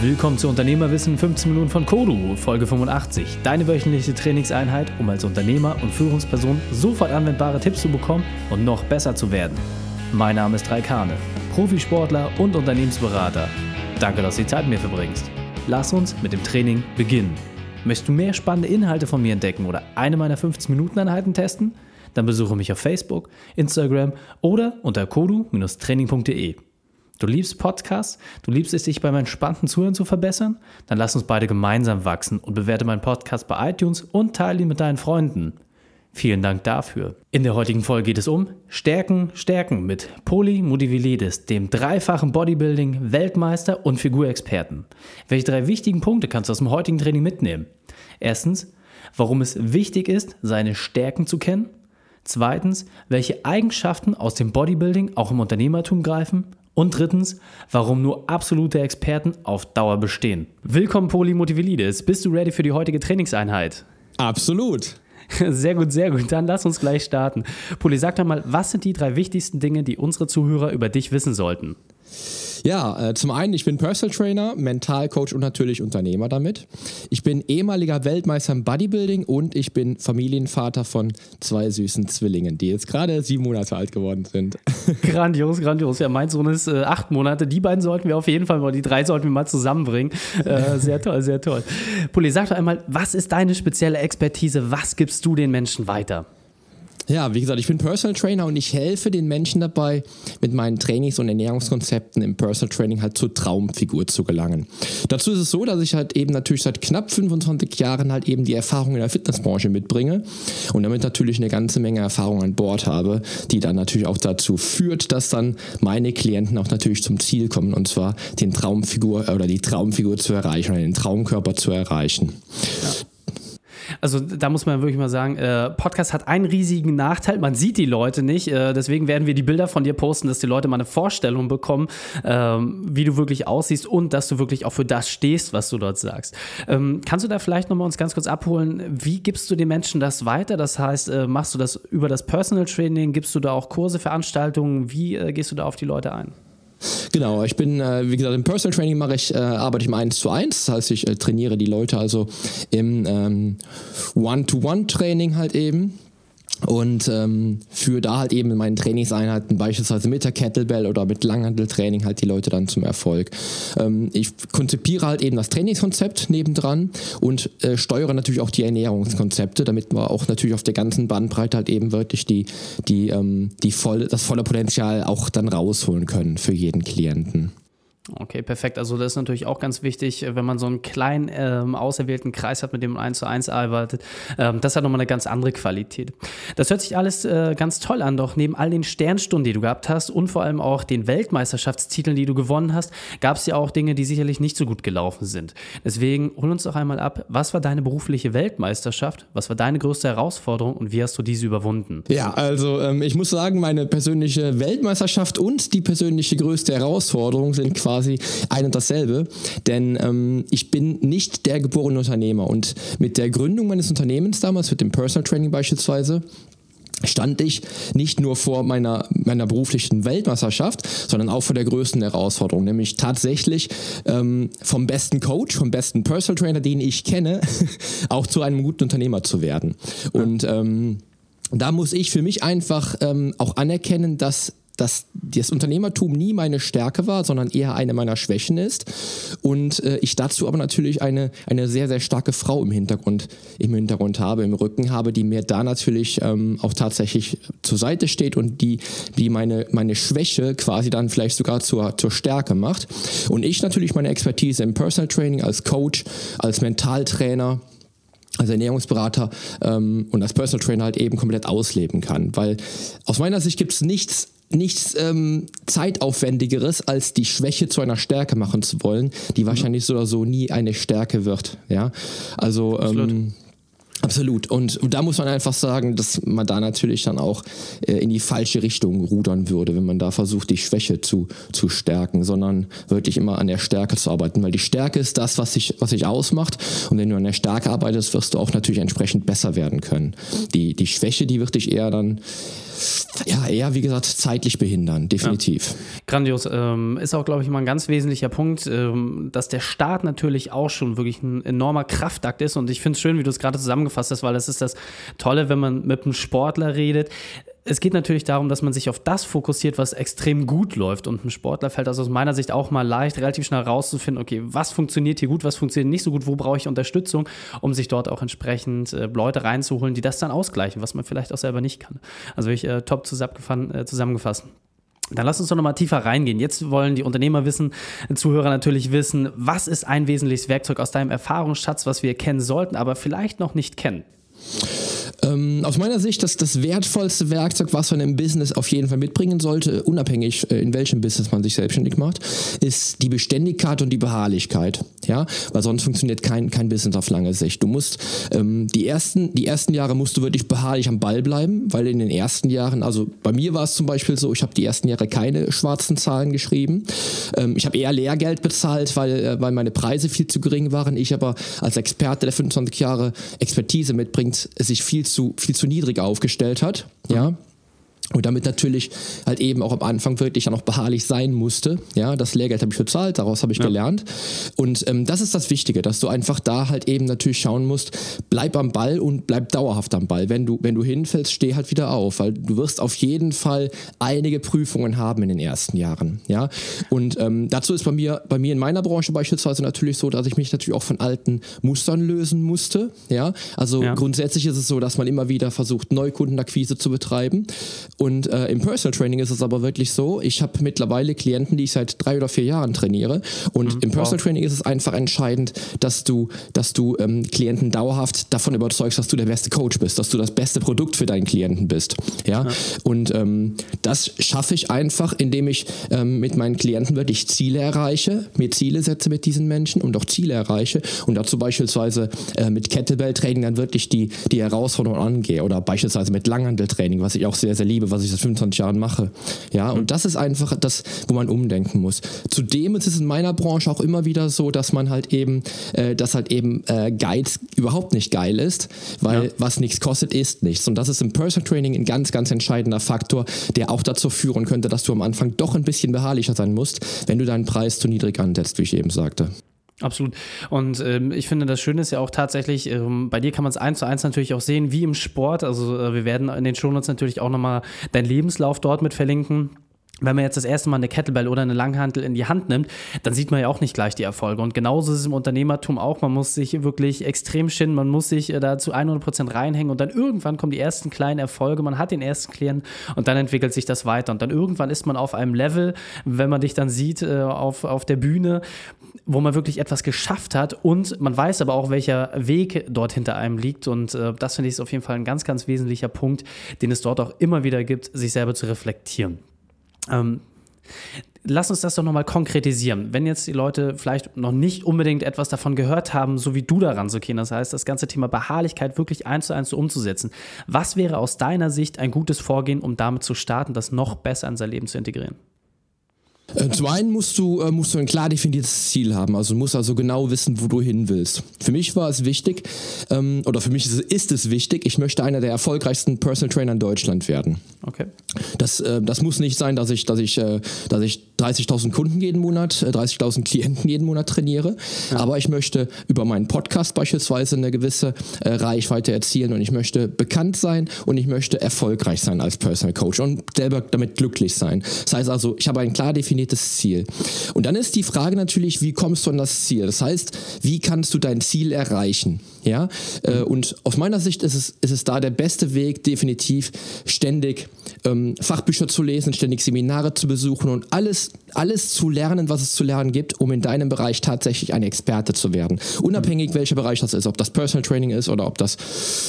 Willkommen zu Unternehmerwissen in 15 Minuten von Kodu, Folge 85. Deine wöchentliche Trainingseinheit, um als Unternehmer und Führungsperson sofort anwendbare Tipps zu bekommen und noch besser zu werden. Mein Name ist Raik Hane, Profisportler und Unternehmensberater. Danke, dass du die Zeit mit mir verbringst. Lass uns mit dem Training beginnen. Möchtest du mehr spannende Inhalte von mir entdecken oder eine meiner 15-Minuten-Einheiten testen? Dann besuche mich auf Facebook, Instagram oder unter kodu-training.de. Du liebst Podcasts? Du liebst es, dich beim entspannten Zuhören zu verbessern? Dann lass uns beide gemeinsam wachsen und bewerte meinen Podcast bei iTunes und teile ihn mit deinen Freunden. Vielen Dank dafür. In der heutigen Folge geht es um Stärken mit Poli Mudivilidis, dem dreifachen Bodybuilding-Weltmeister und Figurexperten. Welche 3 wichtigen Punkte kannst du aus dem heutigen Training mitnehmen? Erstens, warum es wichtig ist, seine Stärken zu kennen. Zweitens, welche Eigenschaften aus dem Bodybuilding auch im Unternehmertum greifen. Und drittens, warum nur absolute Experten auf Dauer bestehen. Willkommen, Poli Mudivilidis. Bist du ready für die heutige Trainingseinheit? Absolut. Sehr gut, sehr gut. Dann lass uns gleich starten. Poli, sag doch mal, was sind die 3 wichtigsten Dinge, die unsere Zuhörer über dich wissen sollten? Ja, zum einen, ich bin Personal Trainer, Mentalcoach und natürlich Unternehmer damit. Ich bin ehemaliger Weltmeister im Bodybuilding und ich bin Familienvater von 2 süßen Zwillingen, die jetzt gerade 7 Monate alt geworden sind. Grandios. Ja, mein Sohn ist 8 Monate. Die beiden sollten wir auf jeden Fall mal, die 3 sollten wir mal zusammenbringen. Sehr toll, sehr toll. Poli, sag doch einmal, was ist deine spezielle Expertise? Was gibst du den Menschen weiter? Ja, wie gesagt, ich bin Personal Trainer und ich helfe den Menschen dabei, mit meinen Trainings- und Ernährungskonzepten im Personal Training halt zur Traumfigur zu gelangen. Dazu ist es so, dass ich halt eben natürlich seit knapp 25 Jahren halt eben die Erfahrung in der Fitnessbranche mitbringe und damit natürlich eine ganze Menge Erfahrung an Bord habe, die dann natürlich auch dazu führt, dass dann meine Klienten auch natürlich zum Ziel kommen, und zwar die Traumfigur zu erreichen oder den Traumkörper zu erreichen. Ja. Also da muss man wirklich mal sagen, Podcast hat einen riesigen Nachteil, man sieht die Leute nicht, deswegen werden wir die Bilder von dir posten, dass die Leute mal eine Vorstellung bekommen, wie du wirklich aussiehst und dass du wirklich auch für das stehst, was du dort sagst. Kannst du da vielleicht nochmal uns ganz kurz abholen, wie gibst du den Menschen das weiter? Das heißt, machst du das über das Personal Training, gibst du da auch Kurse, Veranstaltungen, wie gehst du da auf die Leute ein? Genau, ich bin, wie gesagt, im Personal Training arbeite ich im 1:1, das heißt, ich trainiere die Leute also im One-to-One-Training halt eben. Und führe da halt eben in meinen Trainingseinheiten beispielsweise mit der Kettlebell oder mit Langhanteltraining halt die Leute dann zum Erfolg. Ich konzipiere halt eben das Trainingskonzept nebendran und steuere natürlich auch die Ernährungskonzepte, damit wir auch natürlich auf der ganzen Bandbreite halt eben wirklich das volle Potenzial auch dann rausholen können für jeden Klienten. Okay, perfekt. Also das ist natürlich auch ganz wichtig, wenn man so einen kleinen auserwählten Kreis hat, mit dem man 1:1 arbeitet. Das hat nochmal eine ganz andere Qualität. Das hört sich alles ganz toll an, doch neben all den Sternstunden, die du gehabt hast und vor allem auch den Weltmeisterschaftstiteln, die du gewonnen hast, gab es ja auch Dinge, die sicherlich nicht so gut gelaufen sind. Deswegen hol uns doch einmal ab, was war deine berufliche Weltmeisterschaft, was war deine größte Herausforderung und wie hast du diese überwunden? Ja, also ich muss sagen, meine persönliche Weltmeisterschaft und die persönliche größte Herausforderung sind quasi ein und dasselbe, denn ich bin nicht der geborene Unternehmer und mit der Gründung meines Unternehmens damals, mit dem Personal Training beispielsweise, stand ich nicht nur vor meiner beruflichen Weltmeisterschaft, sondern auch vor der größten Herausforderung, nämlich tatsächlich vom besten Coach, vom besten Personal Trainer, den ich kenne, auch zu einem guten Unternehmer zu werden. Und da muss ich für mich einfach auch anerkennen, dass das Unternehmertum nie meine Stärke war, sondern eher eine meiner Schwächen ist. Und ich dazu aber natürlich eine sehr, sehr starke Frau im Hintergrund habe, im Rücken habe, die mir da natürlich auch tatsächlich zur Seite steht und die meine Schwäche quasi dann vielleicht sogar zur Stärke macht. Und ich natürlich meine Expertise im Personal Training als Coach, als Mentaltrainer, als Ernährungsberater und als Personal Trainer halt eben komplett ausleben kann. Weil aus meiner Sicht gibt es nichts zeitaufwendigeres, als die Schwäche zu einer Stärke machen zu wollen, die wahrscheinlich so oder so nie eine Stärke wird. Ja? Also Absolut. Und da muss man einfach sagen, dass man da natürlich dann auch in die falsche Richtung rudern würde, wenn man da versucht, die Schwäche zu stärken, sondern wirklich immer an der Stärke zu arbeiten. Weil die Stärke ist das, was sich ausmacht. Und wenn du an der Stärke arbeitest, wirst du auch natürlich entsprechend besser werden können. Die Schwäche, die wird dich eher dann, eher wie gesagt, zeitlich behindern, definitiv. Ja. Grandios. Ist auch, glaube ich, mal ein ganz wesentlicher Punkt, dass der Start natürlich auch schon wirklich ein enormer Kraftakt ist. Und ich finde es schön, wie du es gerade zusammengefasst hast, weil das ist das Tolle, wenn man mit einem Sportler redet. Es geht natürlich darum, dass man sich auf das fokussiert, was extrem gut läuft. Und einem Sportler fällt das aus meiner Sicht auch mal leicht, relativ schnell rauszufinden, okay, was funktioniert hier gut, was funktioniert nicht so gut, wo brauche ich Unterstützung, um sich dort auch entsprechend Leute reinzuholen, die das dann ausgleichen, was man vielleicht auch selber nicht kann. Also wirklich top zusammengefasst. Dann lass uns doch nochmal tiefer reingehen. Jetzt wollen die Unternehmer wissen, Zuhörer natürlich wissen, was ist ein wesentliches Werkzeug aus deinem Erfahrungsschatz, was wir kennen sollten, aber vielleicht noch nicht kennen? Aus meiner Sicht, das wertvollste Werkzeug, was man im Business auf jeden Fall mitbringen sollte, unabhängig in welchem Business man sich selbstständig macht, ist die Beständigkeit und die Beharrlichkeit. Ja? Weil sonst funktioniert kein Business auf lange Sicht. Du musst die ersten Jahre musst du wirklich beharrlich am Ball bleiben, weil in den ersten Jahren, also bei mir war es zum Beispiel so, ich habe die ersten Jahre keine schwarzen Zahlen geschrieben. Ich habe eher Lehrgeld bezahlt, weil meine Preise viel zu gering waren. Ich aber als Experte, der 25 Jahre Expertise mitbringt, sich viel zu niedrig aufgestellt hat, ja. Und damit natürlich halt eben auch am Anfang wirklich dann auch beharrlich sein musste. Ja, das Lehrgeld habe ich bezahlt, daraus habe ich gelernt. Und das ist das Wichtige, dass du einfach da halt eben natürlich schauen musst, bleib am Ball und bleib dauerhaft am Ball. Wenn du hinfällst, steh halt wieder auf, weil du wirst auf jeden Fall einige Prüfungen haben in den ersten Jahren. Ja, und dazu ist bei mir in meiner Branche beispielsweise natürlich so, dass ich mich natürlich auch von alten Mustern lösen musste. Ja, also grundsätzlich ist es so, dass man immer wieder versucht, Neukundenakquise zu betreiben. Und im Personal Training ist es aber wirklich so, ich habe mittlerweile Klienten, die ich seit 3 oder 4 Jahren trainiere. Und im Personal Training ist es einfach entscheidend, dass du Klienten dauerhaft davon überzeugst, dass du der beste Coach bist, dass du das beste Produkt für deinen Klienten bist. Ja? Und das schaffe ich einfach, indem ich mit meinen Klienten wirklich Ziele erreiche, mir Ziele setze mit diesen Menschen und auch Ziele erreiche und dazu beispielsweise mit Kettlebell-Training dann wirklich die Herausforderung angehe oder beispielsweise mit Langhanteltraining, was ich auch sehr, sehr liebe, was ich seit 25 Jahren mache. Ja, und das ist einfach das, wo man umdenken muss. Zudem ist es in meiner Branche auch immer wieder so, dass man halt eben, Geiz überhaupt nicht geil ist, weil was nichts kostet, ist nichts. Und das ist im Personal Training ein ganz, ganz entscheidender Faktor, der auch dazu führen könnte, dass du am Anfang doch ein bisschen beharrlicher sein musst, wenn du deinen Preis zu niedrig ansetzt, wie ich eben sagte. Absolut. Und ich finde, das Schöne ist ja auch tatsächlich, bei dir kann man es 1:1 natürlich auch sehen, wie im Sport. Also wir werden in den Shownotes natürlich auch nochmal deinen Lebenslauf dort mit verlinken. Wenn man jetzt das erste Mal eine Kettlebell oder eine Langhantel in die Hand nimmt, dann sieht man ja auch nicht gleich die Erfolge. Und genauso ist es im Unternehmertum auch. Man muss sich wirklich extrem schinden, man muss sich da zu 100% reinhängen und dann irgendwann kommen die ersten kleinen Erfolge, man hat den ersten Klienten und dann entwickelt sich das weiter. Und dann irgendwann ist man auf einem Level, wenn man dich dann sieht auf der Bühne, wo man wirklich etwas geschafft hat und man weiß aber auch, welcher Weg dort hinter einem liegt. Und das finde ich ist auf jeden Fall ein ganz, ganz wesentlicher Punkt, den es dort auch immer wieder gibt, sich selber zu reflektieren. Lass uns das doch nochmal konkretisieren. Wenn jetzt die Leute vielleicht noch nicht unbedingt etwas davon gehört haben, so wie du daran zu gehen, das heißt, das ganze Thema Beharrlichkeit wirklich 1:1 so umzusetzen. Was wäre aus deiner Sicht ein gutes Vorgehen, um damit zu starten, das noch besser in sein Leben zu integrieren? Zum einen musst du ein klar definiertes Ziel haben, also du musst also genau wissen, wo du hin willst. Für mich war es wichtig, oder für mich ist es wichtig, ich möchte einer der erfolgreichsten Personal Trainer in Deutschland werden. Okay. Das muss nicht sein, dass ich 30.000 Kunden jeden Monat, 30.000 Klienten jeden Monat trainiere, aber ich möchte über meinen Podcast beispielsweise eine gewisse Reichweite erzielen und ich möchte bekannt sein und ich möchte erfolgreich sein als Personal Coach und selber damit glücklich sein. Das heißt also, ich habe ein klar definiertes Ziel. Und dann ist die Frage natürlich, wie kommst du an das Ziel? Das heißt, wie kannst du dein Ziel erreichen? Ja? Und aus meiner Sicht ist es da der beste Weg, definitiv ständig Fachbücher zu lesen, ständig Seminare zu besuchen und alles zu lernen, was es zu lernen gibt, um in deinem Bereich tatsächlich ein Experte zu werden. Unabhängig, welcher Bereich das ist, ob das Personal Training ist oder ob das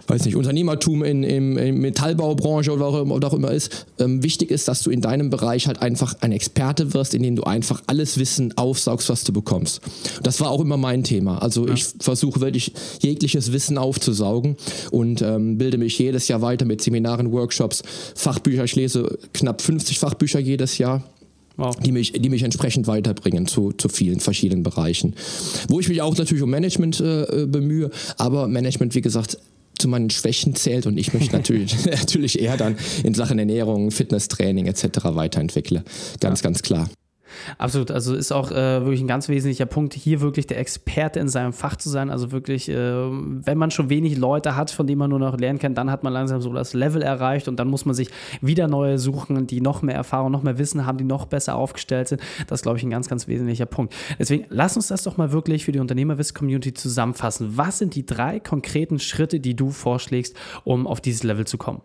weiß nicht, Unternehmertum in Metallbaubranche oder auch immer ist, wichtig ist, dass du in deinem Bereich halt einfach ein Experte wirst, in dem du einfach alles Wissen aufsaugst, was du bekommst. Das war auch immer mein Thema. Also ich versuche wirklich jegliches Wissen aufzusaugen und bilde mich jedes Jahr weiter mit Seminaren, Workshops, Fachbücher. Ich lese knapp 50 Fachbücher jedes Jahr. Wow. Die mich entsprechend weiterbringen zu vielen verschiedenen Bereichen. Wo ich mich auch natürlich um Management bemühe, aber Management, wie gesagt, zu meinen Schwächen zählt und ich möchte natürlich eher dann in Sachen Ernährung, Fitnesstraining etc. weiterentwickle. Ganz klar. Absolut, also ist auch wirklich ein ganz wesentlicher Punkt, hier wirklich der Experte in seinem Fach zu sein, also wirklich, wenn man schon wenig Leute hat, von denen man nur noch lernen kann, dann hat man langsam so das Level erreicht und dann muss man sich wieder neue suchen, die noch mehr Erfahrung, noch mehr Wissen haben, die noch besser aufgestellt sind. Das ist, glaube ich, ein ganz, ganz wesentlicher Punkt. Deswegen, lass uns das doch mal wirklich für die Unternehmerwissen-Community zusammenfassen. Was sind die 3 konkreten Schritte, die du vorschlägst, um auf dieses Level zu kommen?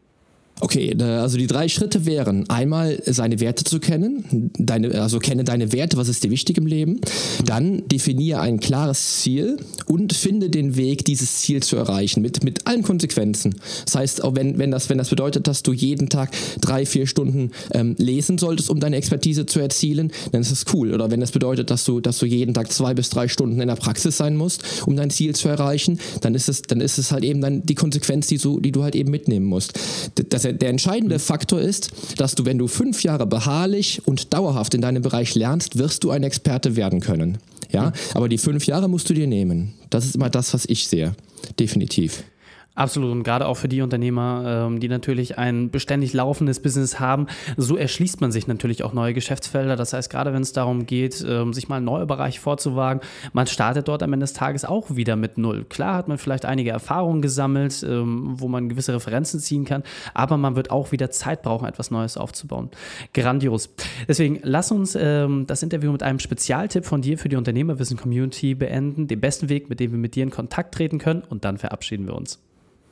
Okay, also die 3 Schritte wären, einmal seine Werte zu kennen, kenne deine Werte, was ist dir wichtig im Leben, dann definiere ein klares Ziel und finde den Weg, dieses Ziel zu erreichen, mit allen Konsequenzen. Das heißt, auch wenn das bedeutet, dass du jeden Tag 3-4 Stunden lesen solltest, um deine Expertise zu erzielen, dann ist das cool. Oder wenn das bedeutet, dass du jeden Tag 2 bis 3 Stunden in der Praxis sein musst, um dein Ziel zu erreichen, dann ist es halt eben dann die Konsequenz, die du halt eben mitnehmen musst. Der entscheidende Faktor ist, dass du, wenn du 5 Jahre beharrlich und dauerhaft in deinem Bereich lernst, wirst du ein Experte werden können. Ja? Aber die 5 Jahre musst du dir nehmen. Das ist immer das, was ich sehe. Definitiv. Absolut, und gerade auch für die Unternehmer, die natürlich ein beständig laufendes Business haben, so erschließt man sich natürlich auch neue Geschäftsfelder. Das heißt, gerade wenn es darum geht, sich mal neue Bereiche vorzuwagen, man startet dort am Ende des Tages auch wieder mit 0. Klar hat man vielleicht einige Erfahrungen gesammelt, wo man gewisse Referenzen ziehen kann, aber man wird auch wieder Zeit brauchen, etwas Neues aufzubauen. Grandios. Deswegen lass uns das Interview mit einem Spezialtipp von dir für die Unternehmerwissen-Community beenden, den besten Weg, mit dem wir mit dir in Kontakt treten können, und dann verabschieden wir uns.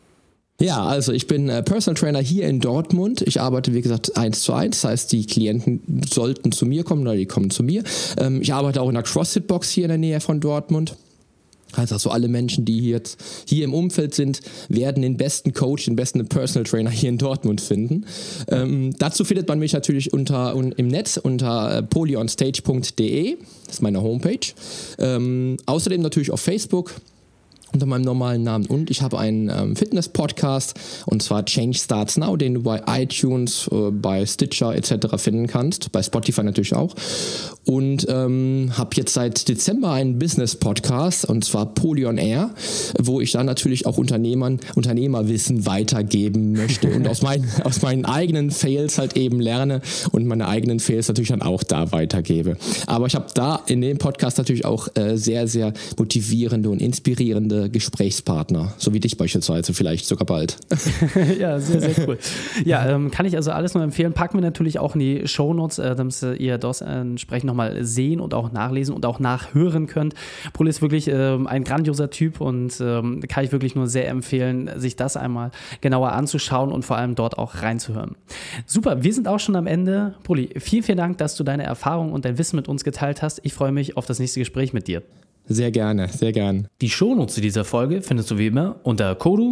Ja, also ich bin Personal Trainer hier in Dortmund. Ich arbeite, wie gesagt, 1:1. Das heißt, die Klienten sollten zu mir kommen oder die kommen zu mir. Ich arbeite auch in einer CrossFit-Box hier in der Nähe von Dortmund. Also alle Menschen, die jetzt hier im Umfeld sind, werden den besten Coach, den besten Personal Trainer hier in Dortmund finden. Dazu findet man mich natürlich im Netz unter polyonstage.de. Das ist meine Homepage. Außerdem natürlich auf Facebook unter meinem normalen Namen, und ich habe einen Fitness-Podcast, und zwar Change Starts Now, den du bei iTunes, bei Stitcher etc. finden kannst, bei Spotify natürlich auch, und habe jetzt seit Dezember einen Business-Podcast, und zwar Poly on Air, wo ich dann natürlich auch Unternehmerwissen weitergeben möchte und aus meinen eigenen Fails halt eben lerne und meine eigenen Fails natürlich dann auch da weitergebe. Aber ich habe da in dem Podcast natürlich auch sehr, sehr motivierende und inspirierende Gesprächspartner, so wie dich beispielsweise, vielleicht sogar bald. Ja, sehr, sehr cool. Ja, kann ich also alles nur empfehlen. Packen wir natürlich auch in die Shownotes, damit ihr das entsprechend nochmal sehen und auch nachlesen und auch nachhören könnt. Poli ist wirklich ein grandioser Typ und kann ich wirklich nur sehr empfehlen, sich das einmal genauer anzuschauen und vor allem dort auch reinzuhören. Super, wir sind auch schon am Ende. Poli, vielen, vielen Dank, dass du deine Erfahrungen und dein Wissen mit uns geteilt hast. Ich freue mich auf das nächste Gespräch mit dir. Sehr gerne, sehr gern. Die Shownotes zu dieser Folge findest du wie immer unter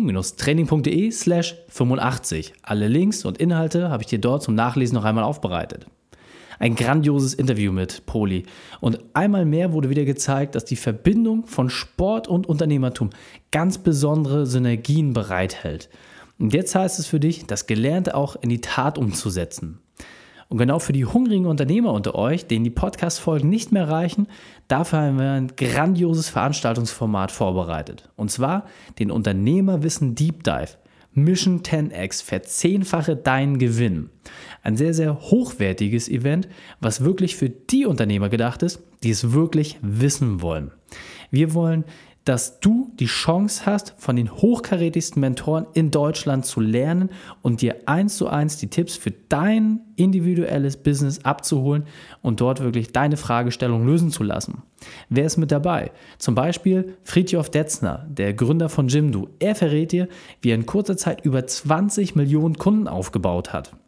kodu-training.de/85. Alle Links und Inhalte habe ich dir dort zum Nachlesen noch einmal aufbereitet. Ein grandioses Interview mit Poli. Und einmal mehr wurde wieder gezeigt, dass die Verbindung von Sport und Unternehmertum ganz besondere Synergien bereithält. Und jetzt heißt es für dich, das Gelernte auch in die Tat umzusetzen. Und genau für die hungrigen Unternehmer unter euch, denen die Podcast-Folgen nicht mehr reichen, dafür haben wir ein grandioses Veranstaltungsformat vorbereitet. Und zwar den Unternehmerwissen Deep Dive. Mission 10x, verzehnfache deinen Gewinn. Ein sehr, sehr hochwertiges Event, was wirklich für die Unternehmer gedacht ist, die es wirklich wissen wollen. Wir wollen, dass du die Chance hast, von den hochkarätigsten Mentoren in Deutschland zu lernen und dir 1:1 die Tipps für dein individuelles Business abzuholen und dort wirklich deine Fragestellung lösen zu lassen. Wer ist mit dabei? Zum Beispiel Fridtjof Detzner, der Gründer von Jimdo. Er verrät dir, wie er in kurzer Zeit über 20 Millionen Kunden aufgebaut hat.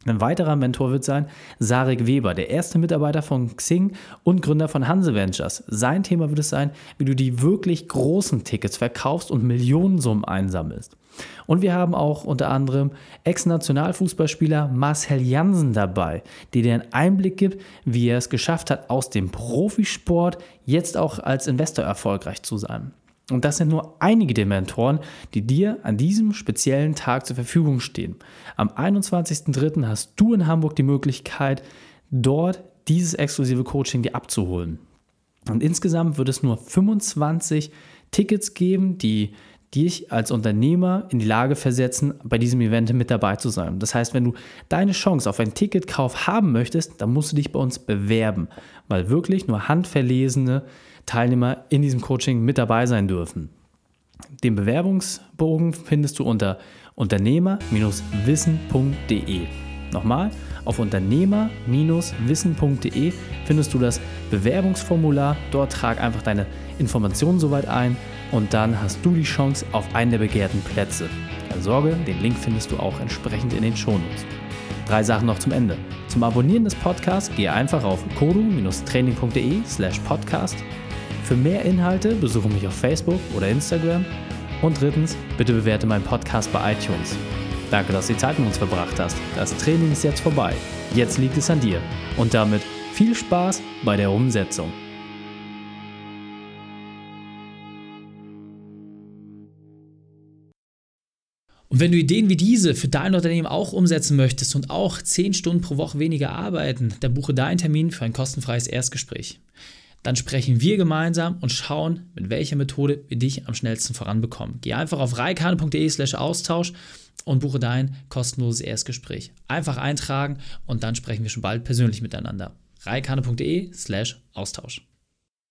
Ein weiterer Mentor wird sein Sarek Weber, der erste Mitarbeiter von Xing und Gründer von Hanse Ventures. Sein Thema wird es sein, wie du die wirklich großen Tickets verkaufst und Millionensummen einsammelst. Und wir haben auch unter anderem Ex-Nationalfußballspieler Marcel Jansen dabei, der dir einen Einblick gibt, wie er es geschafft hat, aus dem Profisport jetzt auch als Investor erfolgreich zu sein. Und das sind nur einige der Mentoren, die dir an diesem speziellen Tag zur Verfügung stehen. Am 21.03. hast du in Hamburg die Möglichkeit, dort dieses exklusive Coaching dir abzuholen. Und insgesamt wird es nur 25 Tickets geben, die dich als Unternehmer in die Lage versetzen, bei diesem Event mit dabei zu sein. Das heißt, wenn du deine Chance auf einen Ticketkauf haben möchtest, dann musst du dich bei uns bewerben, weil wirklich nur handverlesene Teilnehmer in diesem Coaching mit dabei sein dürfen. Den Bewerbungsbogen findest du unter unternehmer-wissen.de. Nochmal, auf unternehmer-wissen.de findest du das Bewerbungsformular. Dort trag einfach deine Informationen soweit ein und dann hast du die Chance auf einen der begehrten Plätze. Keine Sorge, den Link findest du auch entsprechend in den Shownotes. 3 Sachen noch zum Ende. Zum Abonnieren des Podcasts gehe einfach auf kodu-training.de/podcast. Für mehr Inhalte besuche mich auf Facebook oder Instagram. Und 3. bitte bewerte meinen Podcast bei iTunes. Danke, dass du die Zeit mit uns verbracht hast. Das Training ist jetzt vorbei. Jetzt liegt es an dir. Und damit viel Spaß bei der Umsetzung. Und wenn du Ideen wie diese für dein Unternehmen auch umsetzen möchtest und auch 10 Stunden pro Woche weniger arbeiten, dann buche deinen Termin für ein kostenfreies Erstgespräch. Dann sprechen wir gemeinsam und schauen, mit welcher Methode wir dich am schnellsten voranbekommen. Geh einfach auf reikane.de/Austausch und buche dein kostenloses Erstgespräch. Einfach eintragen und dann sprechen wir schon bald persönlich miteinander. reikane.de/Austausch.